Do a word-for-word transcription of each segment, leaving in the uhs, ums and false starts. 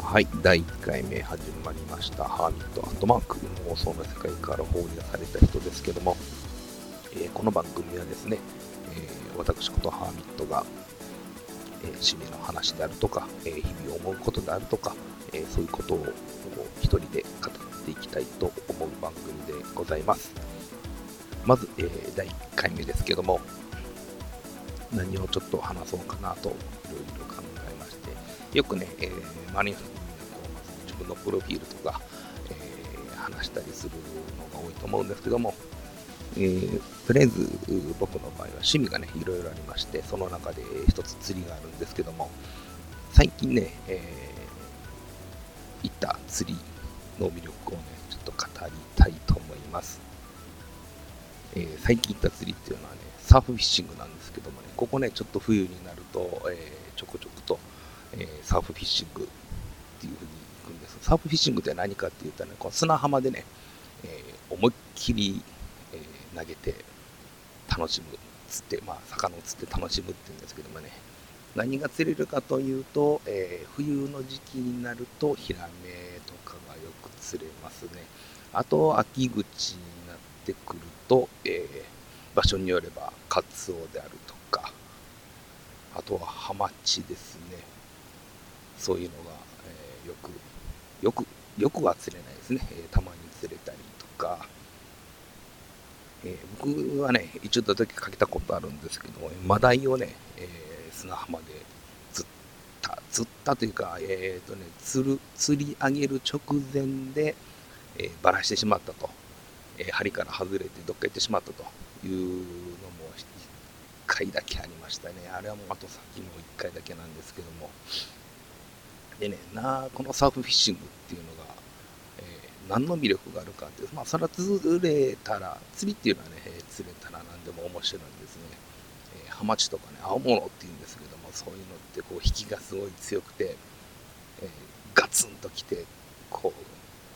はい、だいいっかいめ始まりました。ハーミットアットマーク妄想の世界から放り出された人ですけども、えーこの番組はですね、えー私ことハーミットが、えー趣味の話であるとか、えー日々思うことであるとか、えーそういうことをこう一人で語っていきたいと思う番組でございます。まず、えーだいいっかいめですけども、何をちょっと話そうかなといろいろ考えまして、よくね、えー、周りの人にこうまず自分のプロフィールとか、えー話したりするのが多いと思うんですけども、えーとりあえず僕の場合は趣味がねいろいろありまして、その中で一つ釣りがあるんですけども、最近ね、えー行った釣りの魅力をねちょっと語りたいと思います。えー最近行った釣りっていうのはね、サーフフィッシングなんですけどもね、ここねちょっと冬になると、えーちょこちょこと、えーサーフフィッシングっていう風に行くんです。サーフフィッシングって何かって言ったらね、こう砂浜でね、えー思いっきり、えー投げて楽しむ、釣って、まあ魚を釣って楽しむっていうんですけどもね、何が釣れるかというと、えー冬の時期になるとヒラメとかがよく釣れますね。あと秋口になってくると、えー場所によればカツオであるとか、あとはハマチですね。そういうのが、えーよくよくよくは釣れないですね、えーたまに釣れたりとか、えー僕はね一度だけかけたことあるんですけど、マダイをね、えー砂浜で釣った釣ったというか、えーとね、釣る釣り上げる直前で、えーバラしてしまったと、えー針から外れてどっか行ってしまったというのもいっかいだけありましたね。あれはもうあと先のいっかいだけなんですけども、でね、なこのサーフフィッシングっていうのが、えー何の魅力があるかって、まあ、それは釣れたら、釣りっていうのはね、えー釣れたら何でも面白いんですね。えーハマチとかね、青物っていうんですけども、そういうのってこう引きがすごい強くて、えーガツンときて、こう、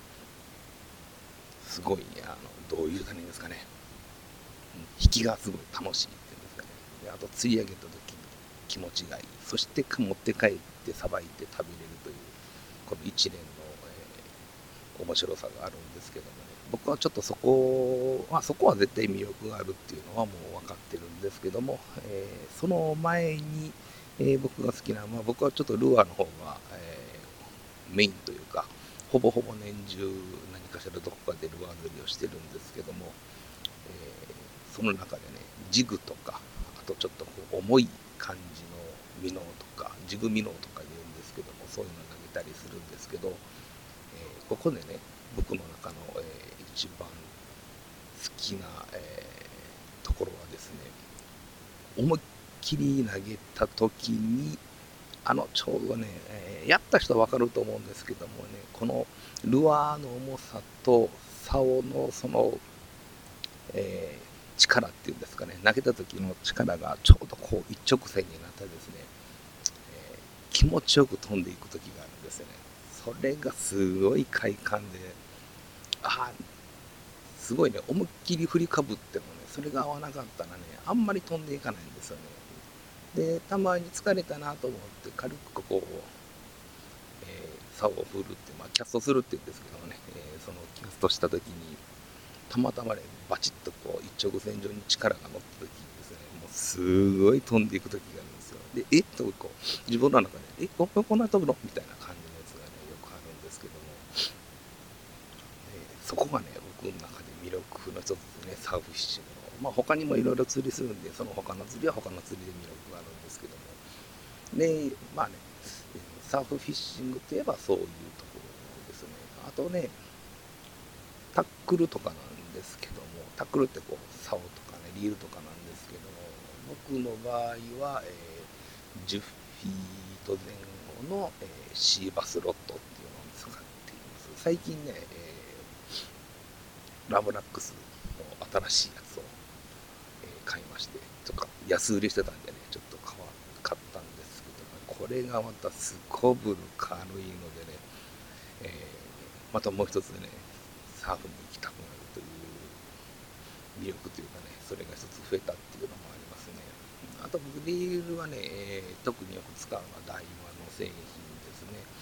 すごい、あの、どういう感じですかね、うん引きがすごい楽しいっていうんですかね。であと釣り上げた時に気持ちがいい。そして持って帰ってさばいて食べれるという、この一連の、えー面白さがあるんですけどもね、僕はちょっとそこ、まあ、そこは絶対魅力があるっていうのはもう分かってるんですけども、えーその前に、えー僕が好きな、まあ、僕はちょっとルアーの方が、えーメインというか、ほぼほぼ年中何かしらどこかでルアー釣りをしてるんですけども、えーその中でね、ジグとか、あとちょっとこう重い感じのミノーとか、ジグミノーとか言うんですけども、そういうのを投げたりするんですけど、えーここでね、僕の中の、えー一番好きな、えーところはですね、思いっきり投げた時に、あのちょうどね、えーやった人は分かると思うんですけどもね、このルアーの重さと竿のその、えー力っていうんですかね、投げた時の力がちょうどこう一直線になったですね、えー気持ちよく飛んでいく時があるんですよね。それがすごい快感で、ああ、すごいね、思いっきり振りかぶってもね、それが合わなかったらね、あんまり飛んでいかないんですよね。で、たまに疲れたなと思って軽くこう、えー、竿を振るって、まあ、キャストするって言うんですけどもね、えーそのキャストした時に、たまたまね、バチッとこう一直線上に力が乗った時にですね、もうすごい飛んでいく時があるんですよ。で、えっとこう、自分の中で、え、ここんな飛ぶのみたいな感じのやつがね、よくあるんですけども、えーそこがね、僕の中で魅力の一つですね、サーフフィッシングの。まあ他にもいろいろ釣りするんで、その他の釣りは他の釣りで魅力があるんですけども。で、まあね、サーフフィッシングといえばそういうところですね。あとね、タックルとかなんですけども、タックルってこう、竿とかね、リールとかなんですけども、僕の場合は、えーじゅっフィート前後の、えーシーバスロットっていうのを使っています。最近ね、えーラブラックスの新しいやつを、えー買いまして、とか安売りしてたんでね、ちょっと買わ買ったんですけど、これがまたすこぶる軽いのでね、えーまたもう一つね、サーフに行きたくなるという魅力というかね、それが一つ増えたっていうのもありますね。あと僕リールはね、えー特によく使うのはダイワの製品ですね。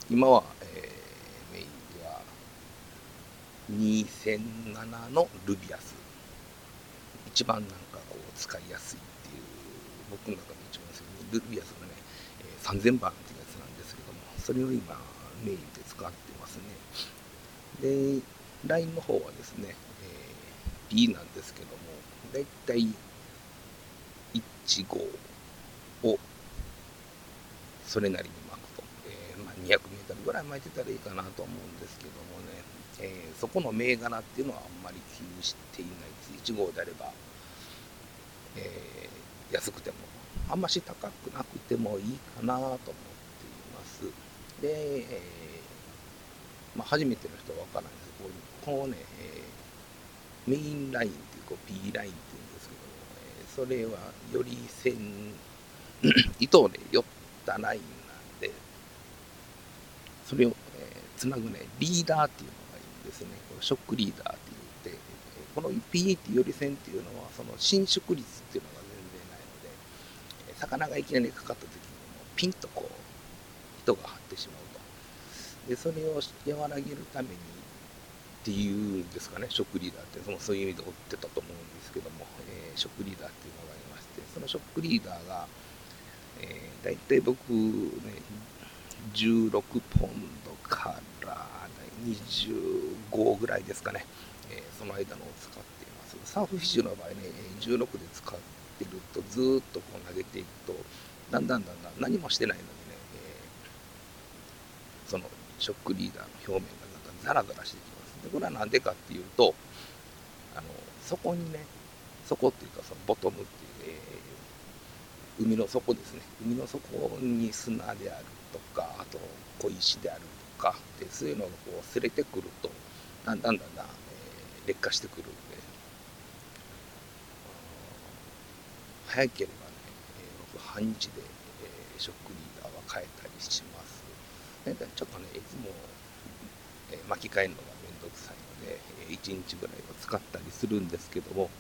今は、えーメインではにせんななのルビアス、一番なんかこう使いやすいっていう、僕の中で一番ですけど、ルビアスのね、えーさんぜんばんっていうやつなんですけども、それを今メインで使ってますね。で、ラインの方はですね、えー、B なんですけども、だいたいいち号をそれなりに巻くと、えーまあ、にひゃくメートルぐらい巻いてたらいいかなと思うんですけどもね、えーそこの銘柄っていうのはあんまり気にしていないです。いち号であれば、えー安くても、あんまし高くなくてもいいかなと思っています。で、えーまあ、初めての人はわからないですけど、このね、えーメインラインっていう、こう P ラインっていうんですけども、えーそれはより線、糸をね、寄ったラインなんで、それを、えーつなぐね、リーダーっていうのがいいんですね。これショックリーダーって言って、この ピー ってより線っていうのは、その伸縮率っていうのが全然ないので、魚がいきなりかかった時にもピンとこう、糸が張ってしまうと。で、それを和らげるためにっていうんですかね、ショックリーダーって、そのそういう意味で追ってたと思うんですけども、えーショックリーダーっていうのがありまして、そのショックリーダーが、えー、大体僕ね、じゅうろくポンドからにじゅうごぐらいですかね、えーその間のを使っています。サーフフィッシュの場合ね、じゅうろくで使ってると、ずーっとこう投げていくと、だんだんだんだん何もしてないのにね、えーそのショックリーダーの表面がなんかザラザラしてきます。でこれは何でかっていうと、あの底にね、底っていうかそのボトムっていう、えー海の底ですね、海の底に砂であるとか、あと小石であるとかで、そういうのがこう擦れてくると、だんだんだんだん、えー劣化してくるんで、早ければね、えー僕半日で、えーショックリーダーは変えたりします。でちょっとね、いつも、えー巻き替えるのがめんどくさいので、えーいちにちぐらいは使ったりするんですけども、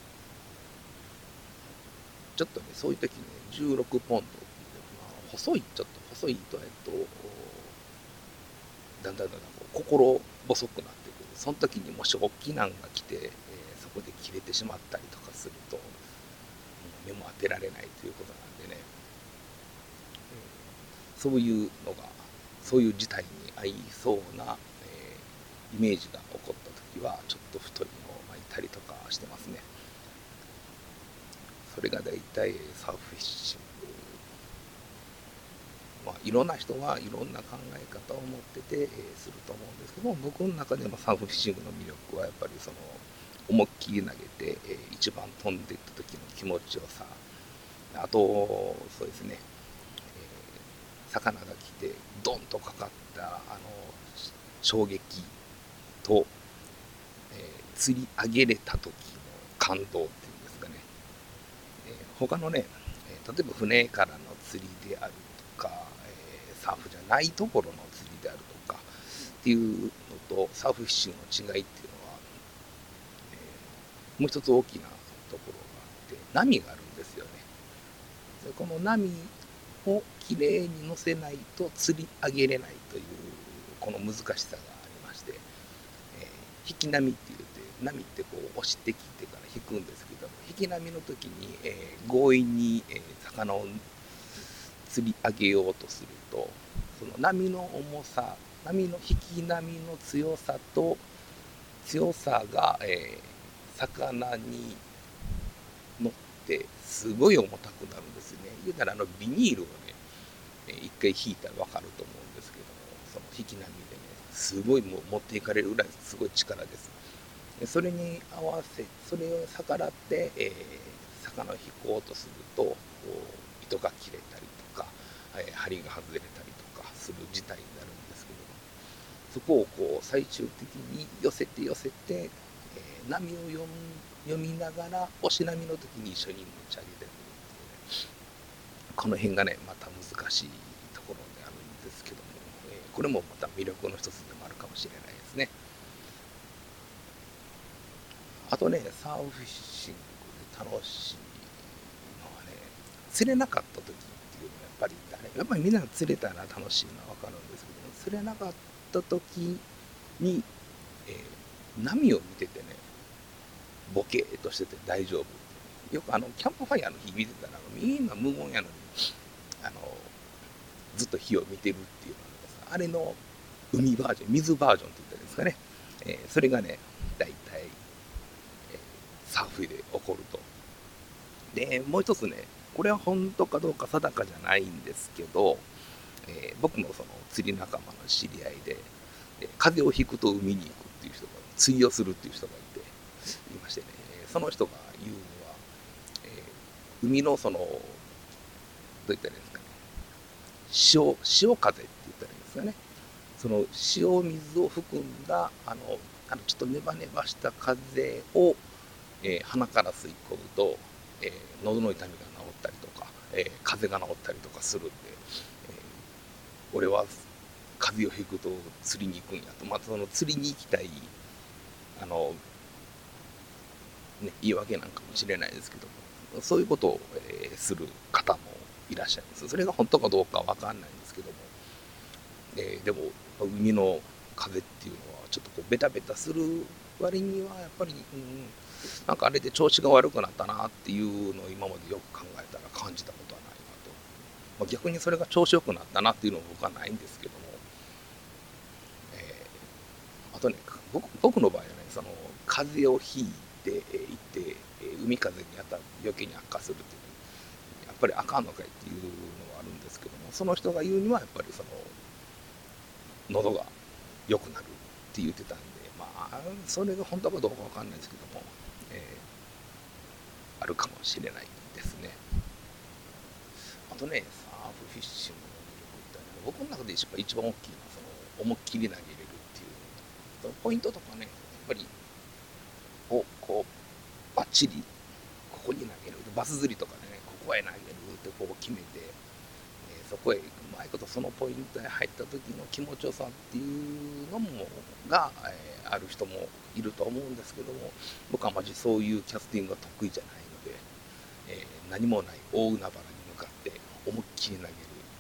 ちょっとね、そういう時ね、じゅうろくポンドっていう、まあ、細い、ちょっと細い糸やと、だんだんだんだんこう心細くなってくる。その時にもし大きなのが来て、えーそこで切れてしまったりとかすると、もう目も当てられないということなんでね、えーそういうのが、そういう事態に合いそうな、えーイメージが起こった時は、ちょっと太いのを巻いたりとかしてますね。それが大体サーフィッシング、まあ、いろんな人はいろんな考え方を持ってて、えーすると思うんですけど、僕の中でもサーフィッシングの魅力はやっぱりその思いっきり投げて、えー一番飛んでいった時の気持ちよさ、あとそうですね、えー魚が来てドンとかかったあの衝撃と、えー釣り上げれた時の感動っていうんですかね、えー他のね、えー例えば船からの釣りであるとか、えーサーフじゃないところの釣りであるとかっていうのとサーフフィッシングの違いっていうのは、えーもう一つ大きなところがあって、波があるんですよね。でこの波をきれいに乗せないと釣り上げれないというこの難しさがありまして、えー引き波って言って、波ってこう押してきてから引くんですけども、引き波の時に、えー強引に、えー魚を釣り上げようとすると、その波の重さ、波の引き波の強さと強さが、えー魚に乗ってすごい重たくなるんですよね。言うたらあのビニールをね、えー一回引いたら分かると思うんですけども、その引き波でね、すごいもう持っていかれるぐらいすごい力です。でそれに合わせ、それを逆らって、えー魚を引こうとすると、こう糸が切れたりとか、えー針が外れたりとかする事態になるんですけども、そこをこう最終的に寄せて寄せて、えー波を読読みながら押し波の時に一緒に持ち上げてくるっていうね、この辺がねまた難しいところであるんですけども、えーこれもまた魅力の一つでもあるかもしれないですね。あとね、サーフィッシングで楽しいのはね、釣れなかった時っていうのはやっぱり誰やっぱりみんなが釣れたら楽しいのは分かるんですけども、釣れなかった時に、えー波を見ててね、ボケーっとしてて大丈夫。よくあのキャンプファイヤーの火見てたらみんな無言やのにあのずっと火を見てるっていうのがさ、あれの海バージョン、水バージョンって言ったらいいんですかね、えーそれがね大体、えーサーフィンで起こると。でもう一つね、これは本当かどうか定かじゃないんですけど、えー僕のその釣り仲間の知り合いで、えー風邪をひくと海に行くっていう人が、釣りをするっていう人がいていましてね、その人が言うのは、えー海のそのどう言ったらいいんですかね、潮潮風って言ったらいいんですかね、その塩水を含んだあのあのちょっとネバネバした風を、えー鼻から吸い込むと、えー喉の痛みが治ったりとか、えー風邪が治ったりとかするんで、えー俺は風邪をひくと釣りに行くんやと、まあ、その釣りに行きたいあの、ね、言い訳なんかもしれないですけども、そういうことを、えーする方もいらっしゃいます。それが本当かどうかわかんないんですけども、えーでも海の風っていうのはちょっとこうベタベタする割にはやっぱり、うん、なんかあれで調子が悪くなったなっていうのを今までよく考えたら感じたことはないなと、まあ、逆にそれが調子よくなったなっていうのも僕はないんですけども、えーあとね、僕僕の場合はね、その風邪をひいていって、えー海風に当たる余計に悪化するっていう、やっぱりあかんのかいっていうのはあるんですけども、その人が言うにはやっぱりその喉が良くなるって言ってたんで、まあそれが本当かどうかわかんないですけども、えーあるかもしれないですね。あとね、サーフフィッシングの魅力ってね、僕の中で一番一番大きいのはその思いっきり投げれるっていう、そのポイントとかね、やっぱりをこうバッチリここに投げる、バス釣りとかね、ここへ投げるってこう決めて、えーそこへうまいことそのポイントへ入った時の気持ちよさっていうのもが、えーある人もいると思うんですけども、僕はマジそういうキャスティングが得意じゃないので、えー何もない大海原に向かって思いっきり投げる、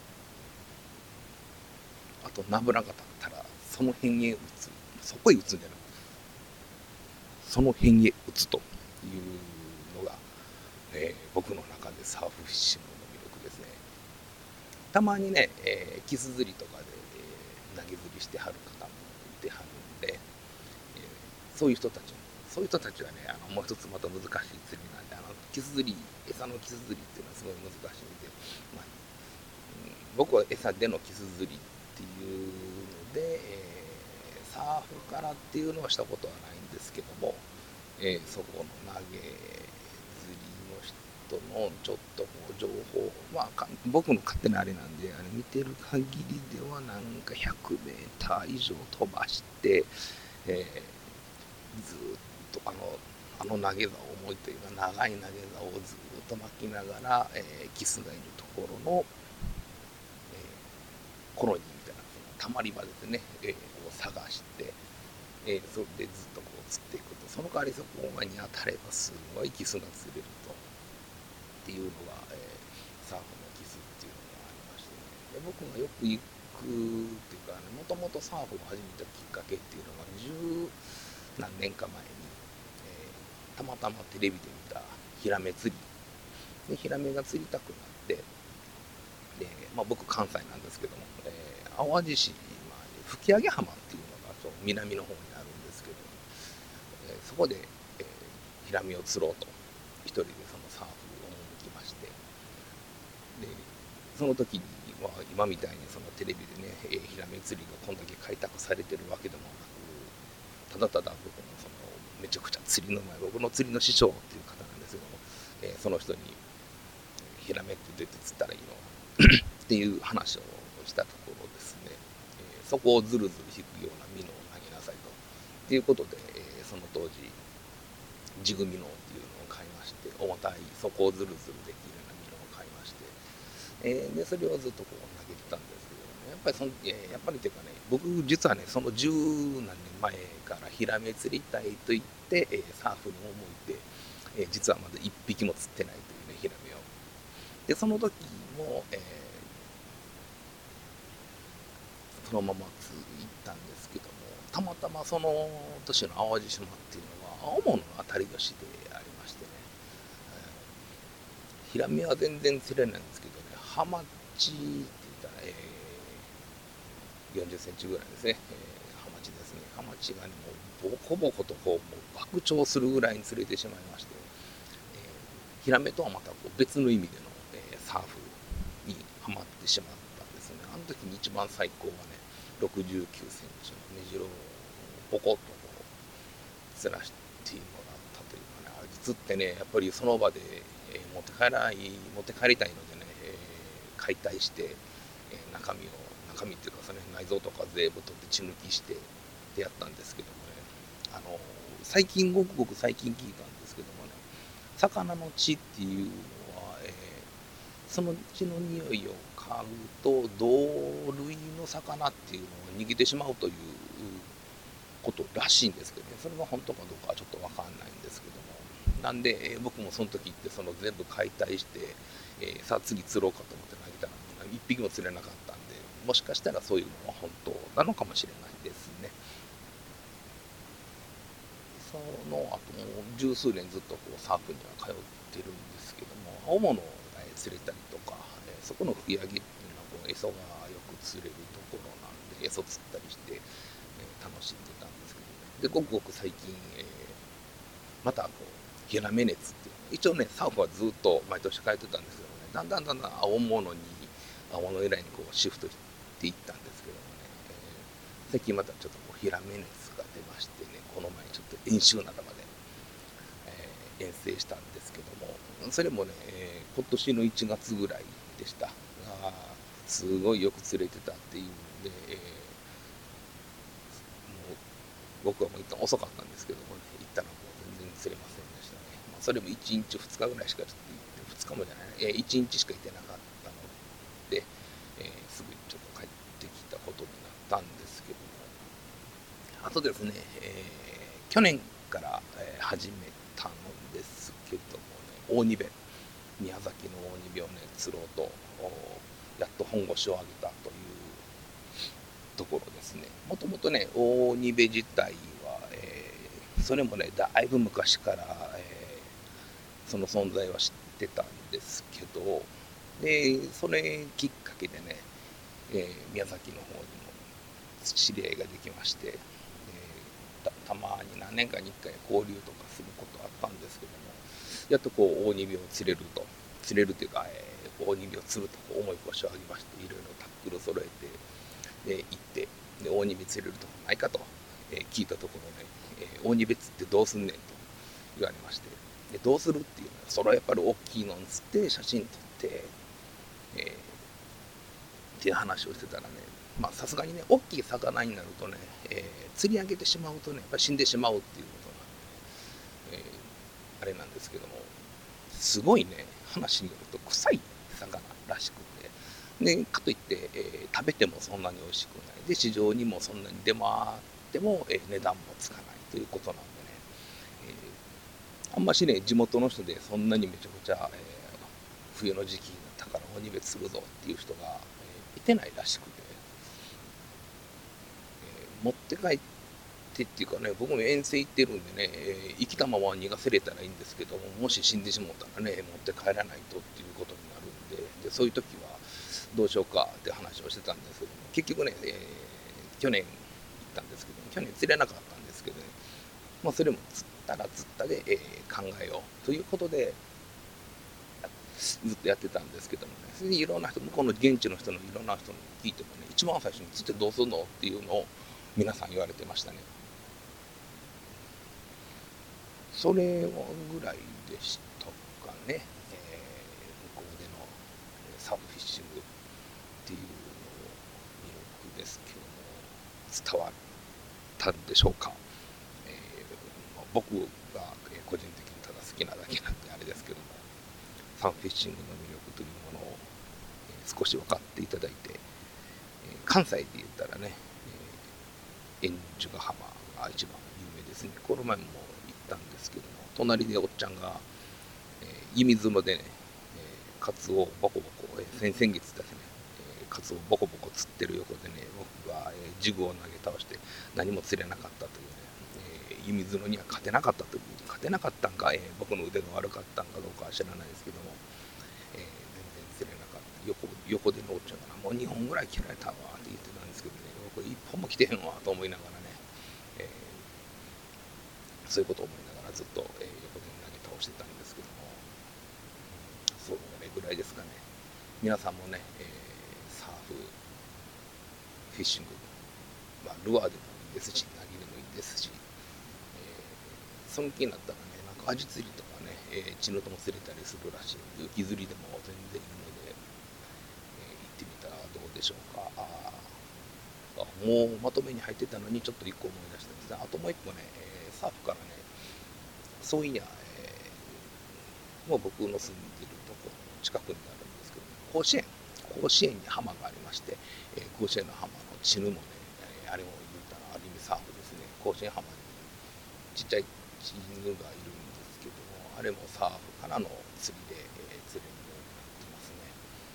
あとナブラが立ったらその辺へ打つ、そこへ打つんじゃなくてその辺へ打つというのが、えー僕の中でサーフフィッシングの魅力ですね。たまにね、えーキス釣りとかで、えー投げ釣りしてはる方もいてはるんで、えーそういう人たちもそういう人たちはね、あのもう一つまた難しい釣りなんで、あのキス釣り、餌のキス釣りっていうのはすごい難しいんで、まあうん、僕は餌でのキス釣りっていうので、えーサーフからっていうのはしたことはないんですけども、えーそこの投げ釣りの人のちょっとこう情報、まあ、僕の勝手なあれなんで、あれ見てる限りではなんかひゃくメーター以上飛ばして、えーずっとあのあの投げ竿を思いというか長い投げ竿をずっと巻きながら、えーキスがいるところの、えーコロニーみたいなそのたまり場ですね、えーを探して、えーそれでずっとこう釣っていくと、その代わりそこに当たればすごいキスが釣れるとっていうのが、えーサーフのキスっていうのがありましてね。で僕がよく行くっていうか、もともとサーフを始めたきっかけっていうのが十何年か前に、えーたまたまテレビで見たヒラメ釣りで、ヒラメが釣りたくなって、で、まあ、僕関西なんですけども、えー淡路市に吹上浜っていうのがそう南の方にあるんですけど、えーそこで、えーヒラメを釣ろうと一人でそのサーフを赴きまして、でその時には今みたいにそのテレビでね、えーヒラメ釣りがこんだけ開拓されてるわけでもなく、ただただ僕のそのめちゃくちゃ釣りの前、僕の釣りの師匠っていう方なんですけども、えーその人にヒラメって出て釣ったらいいのっていう話をしたところですね、えーそこをずるずる引くようなミノを投げなさいと。っていうことで、えーその当時、地組ミノっていうのを買いまして、重たい、そこをずるずるできるようなミノを買いまして、えーで、それをずっとこう投げてたんですけどね、やっぱりその、えーやっぱりっていうかね、僕実はね、その十何年前からヒラメ釣りたいと言って、えーサーフに思いて、えー実はまだ一匹も釣ってないというね、ヒラメを。で、その時も、えーそのまま続いたんですけども、たまたまその年の淡路島っていうのは青物の当たり年でありましてね、ヒラメは全然釣れないんですけどね、ハマチって言ったら、えー、よんじゅっセンチぐらいですね、えー、ハマチですね。ハマチがね、もうボコボコとこう、もう爆釣するぐらいに釣れてしまいまして、えー、ヒラメとはまたこう別の意味での、えー、サーフにはまってしまったんですね。あの時に一番最高はね、ろくじゅうきゅうセンチのメジロをポコッとこう釣らしてもらったというかね、あれ釣ってね、やっぱりその場で、えー、持って帰らない、持って帰りたいのでね、えー、解体して、えー、中身を、中身っていうかその内臓とか全部取って血抜きしてってやったんですけどもね、あの最近ごくごく最近聞いたんですけどもね、魚の血っていうのは、えー、その血の匂いを嗅ぐと同類の魚っていうのを逃げてしまうということらしいんですけどね、それが本当かどうかはちょっと分かんないんですけども、なんで、えー、僕もその時行ってその全部解体して、えー、さあ次釣ろうかと思って投げたらいっぴきも釣れなかったんで、もしかしたらそういうのは本当なのかもしれないですね。その後も十数年ずっとこうサーフには通ってるんですけども、青物を釣れたりとか、えー、そこの吹き上げっていうのはこうエソがよく釣れるところなんで、エソ釣ったりして、えー、楽しんでたんですけどね。で、ごくごく最近、えー、またこうヒラメ熱っていうの、一応ねサーフはずっと毎年通ってたんですけどね、だんだんだんだん青物に青物由来にこうシフトしていったんですけどもね、えー、最近またちょっとこうヒラメ熱が出ましてね、この前ちょっと演習仲間で、えー、遠征したんですけども、それもね、えー、今年のいちがつぐらいでしたが、すごいよく釣れてたっていうんで、えー、もう僕はもう一旦遅かったんですけどもね、行ったらもう全然釣れませんでしたね。まあ、それもいちにちふつかぐらいしかちょっと行って、ふつかもじゃない、えー、いちにちしか行ってなかったので、えー、すぐにちょっと帰ってきたことになったんですけども、あとですね、えー、去年から、えー、始めたんですけどもね、大ニベ、宮崎の大ニベをね、釣ろうと、やっと本腰を上げたというところですね。もともとね、大ニベ自体は、えー、それもね、だいぶ昔から、えー、その存在は知ってたんですけど、で、それきっかけでね、えー、宮崎の方にも知り合いができまして、えー、た, たまに何年かにいっかい交流とかすることあったんですけども、やっとこう大ニベを釣れると、釣れるというか、えー、大ニベを釣るとこう重い腰を上げまして、いろいろタックルを揃えて、で行ってで大ニベ釣れるとこないかと、えー、聞いたところね、えー、大ニベ釣ってどうすんねんと言われまして、でどうするっていうのは、それはやっぱり大きいのに釣って写真撮って、えー、っていう話をしてたらね、まあさすがにね大きい魚になるとね、えー、釣り上げてしまうとねやっぱり死んでしまうっていうことなんで、ね、えー、あれなんですけども、すごいね話によると臭い魚らしくて、でかといって、えー、食べてもそんなに美味しくないで、市場にもそんなに出回っても、えー、値段もつかないということなんでね、えー、あんましね地元の人でそんなにめちゃくちゃ、えー、冬の時期になったから大ニベするぞっていう人が、えー、いてないらしくて、えー、持って帰ってっていうかね、僕も遠征行ってるんでね、えー、生きたまま逃がせれたらいいんですけども、もし死んでしもたらね持って帰らないとっていうことになるんで、でそういう時はどうしようかって話をしてたんですけども、結局ね、えー、去年行ったんですけども、去年釣れなかったんですけどね、まあ、それも釣ったら釣ったで、えー、考えようということでずっとやってたんですけどもね、それでいろんな人、向こうの現地の人のいろんな人に聞いてもね、一番最初に釣ってどうするのっていうのを皆さん言われてましたね。それぐらいでしたかね、えー、向こうでのサーフィッシングっていうの魅力ですけども、伝わったんでしょうか。えーまあ、僕が個人的にただ好きなだけなんであれですけども、サーフィッシングの魅力というものを、えー、少し分かっていただいて、えー、関西で言ったらね、えー、円珠ヶ浜が一番有名ですね。この前も行ったんですけども、隣でおっちゃんが、えー、湯水もでね、えー、カツオをバコバコ、えー、先々月だけね、 カツオをボコボコ釣ってる横でね、僕が、えー、ジグを投げ倒して何も釣れなかったというね、えー、弓角には勝てなかったという、勝てなかったんか、えー、僕の腕が悪かったんかどうかは知らないですけども、えー、全然釣れなかった。横横でのおっちゃんがもうにほんぐらい切られたわって言ってたんですけどね、僕いっぽんも来てへんわと思いながらね、えー、そういうことを思いながらずっと、えー、横で投げ倒してたんですけども、それぐらいですかね。皆さんもね、えー、サーフ、フィッシング、まあ、ルアーでもいいですし、投げでもいいですし、えー、その気になったらね、なんかアジ釣りとかね、えー、チヌとも釣れたりするらしいので、浮き釣りでも全然いいので、えー、行ってみたらどうでしょうか。ああもうまとめに入ってたのにちょっと一個思い出したんですね。あともう一個ね、えー、サーフからね、そういや、えー、もう僕の住んでるところの近くにあるんですけど、ね、甲子園、甲子園に浜がありまして、えー、甲子園の浜のチヌもね、えー、あれも言ったらある意味サーフですね。甲子園浜にちっちゃいチヌがいるんですけども、あれもサーフからの釣りで、えー、釣れるようになってますね。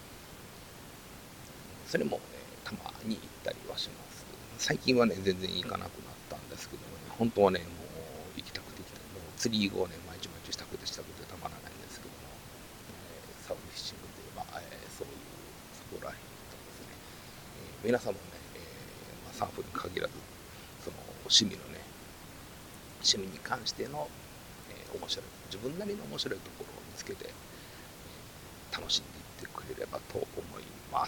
それも、ね、たまに行ったりはします。最近はね、全然行かなくなったんですけどもね、本当はね、もう行きたくて行きたい。もう釣りをね、毎日毎日したくてしたくてたまらないんですけども、えー、サーフィッシングといえば、えー、そういうそこら辺とですね、えー、皆さんもね、えーまあ、サーフに限らず、その趣味のね、趣味に関しての、えー、面白い、自分なりの面白いところを見つけて、えー、楽しんでいってくれればと思います。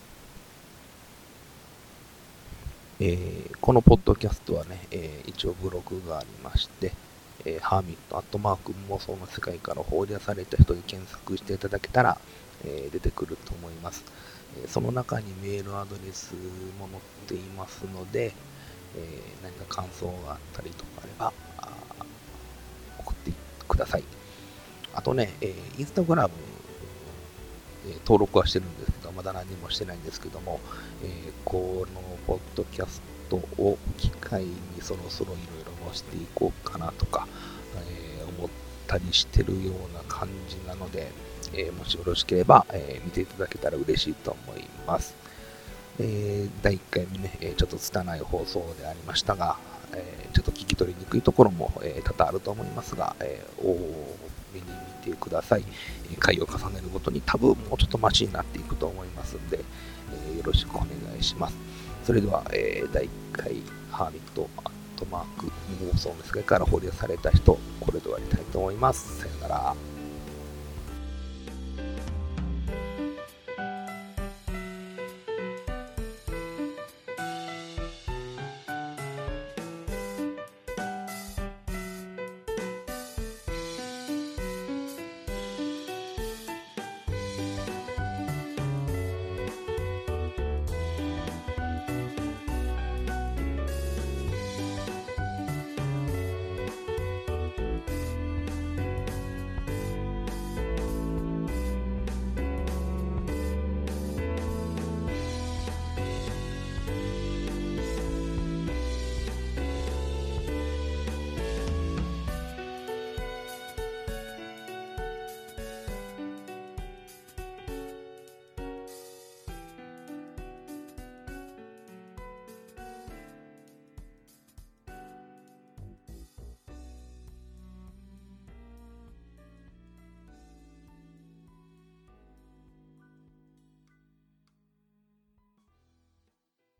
えー、このポッドキャストはね、えー、一応ブログがありまして、えー、ハーミットアットマーク妄想の世界から放り出された人で検索していただけたら、えー、出てくると思います。えー、その中にメールアドレスも載っていますので、えー、何か感想があったりとかあればあ送ってください。あとね、えー、インスタグラム登録はしてるんですけど、まだ何もしてないんですけども、えー、このポッドキャストを機会にそろそろいろいろ載せていこうかなとか、えー、思ったりしてるような感じなので、えー、もしよろしければ、えー、見ていただけたら嬉しいと思います。えー、だいいっかいめね、ちょっと拙い放送でありましたが、えー、ちょっと聞き取りにくいところも、えー、多々あると思いますが、えー、お目に見てください。回を重ねるごとに多分もうちょっとマシになっていくと思いますので、えー、よろしくお願いします。それでは、えー、だいいっかいハーミットアットマーク妄想の世界から放り出された人、これで終わりたいと思います。さよなら。